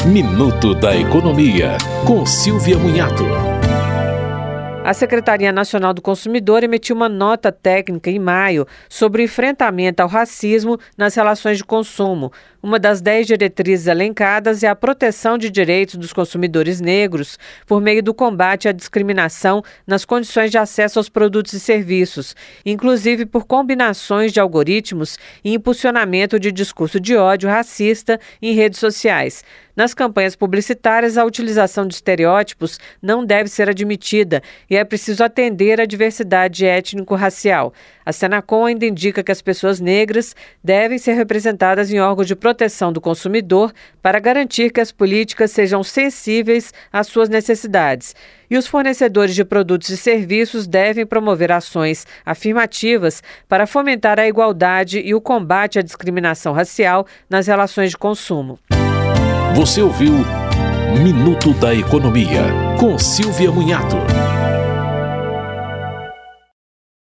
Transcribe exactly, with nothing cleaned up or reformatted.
Minuto da Economia, com Silvia Munhato. A Secretaria Nacional do Consumidor emitiu uma nota técnica em maio sobre o enfrentamento ao racismo nas relações de consumo. Uma das dez diretrizes elencadas é a proteção de direitos dos consumidores negros por meio do combate à discriminação nas condições de acesso aos produtos e serviços, inclusive por combinações de algoritmos e impulsionamento de discurso de ódio racista em redes sociais. Nas campanhas publicitárias, a utilização de estereótipos não deve ser admitida e é preciso atender à diversidade étnico-racial. A Senacom ainda indica que as pessoas negras devem ser representadas em órgãos de proteção do consumidor para garantir que as políticas sejam sensíveis às suas necessidades. E os fornecedores de produtos e serviços devem promover ações afirmativas para fomentar a igualdade e o combate à discriminação racial nas relações de consumo. Você ouviu Minuto da Economia, com Silvia Munhato.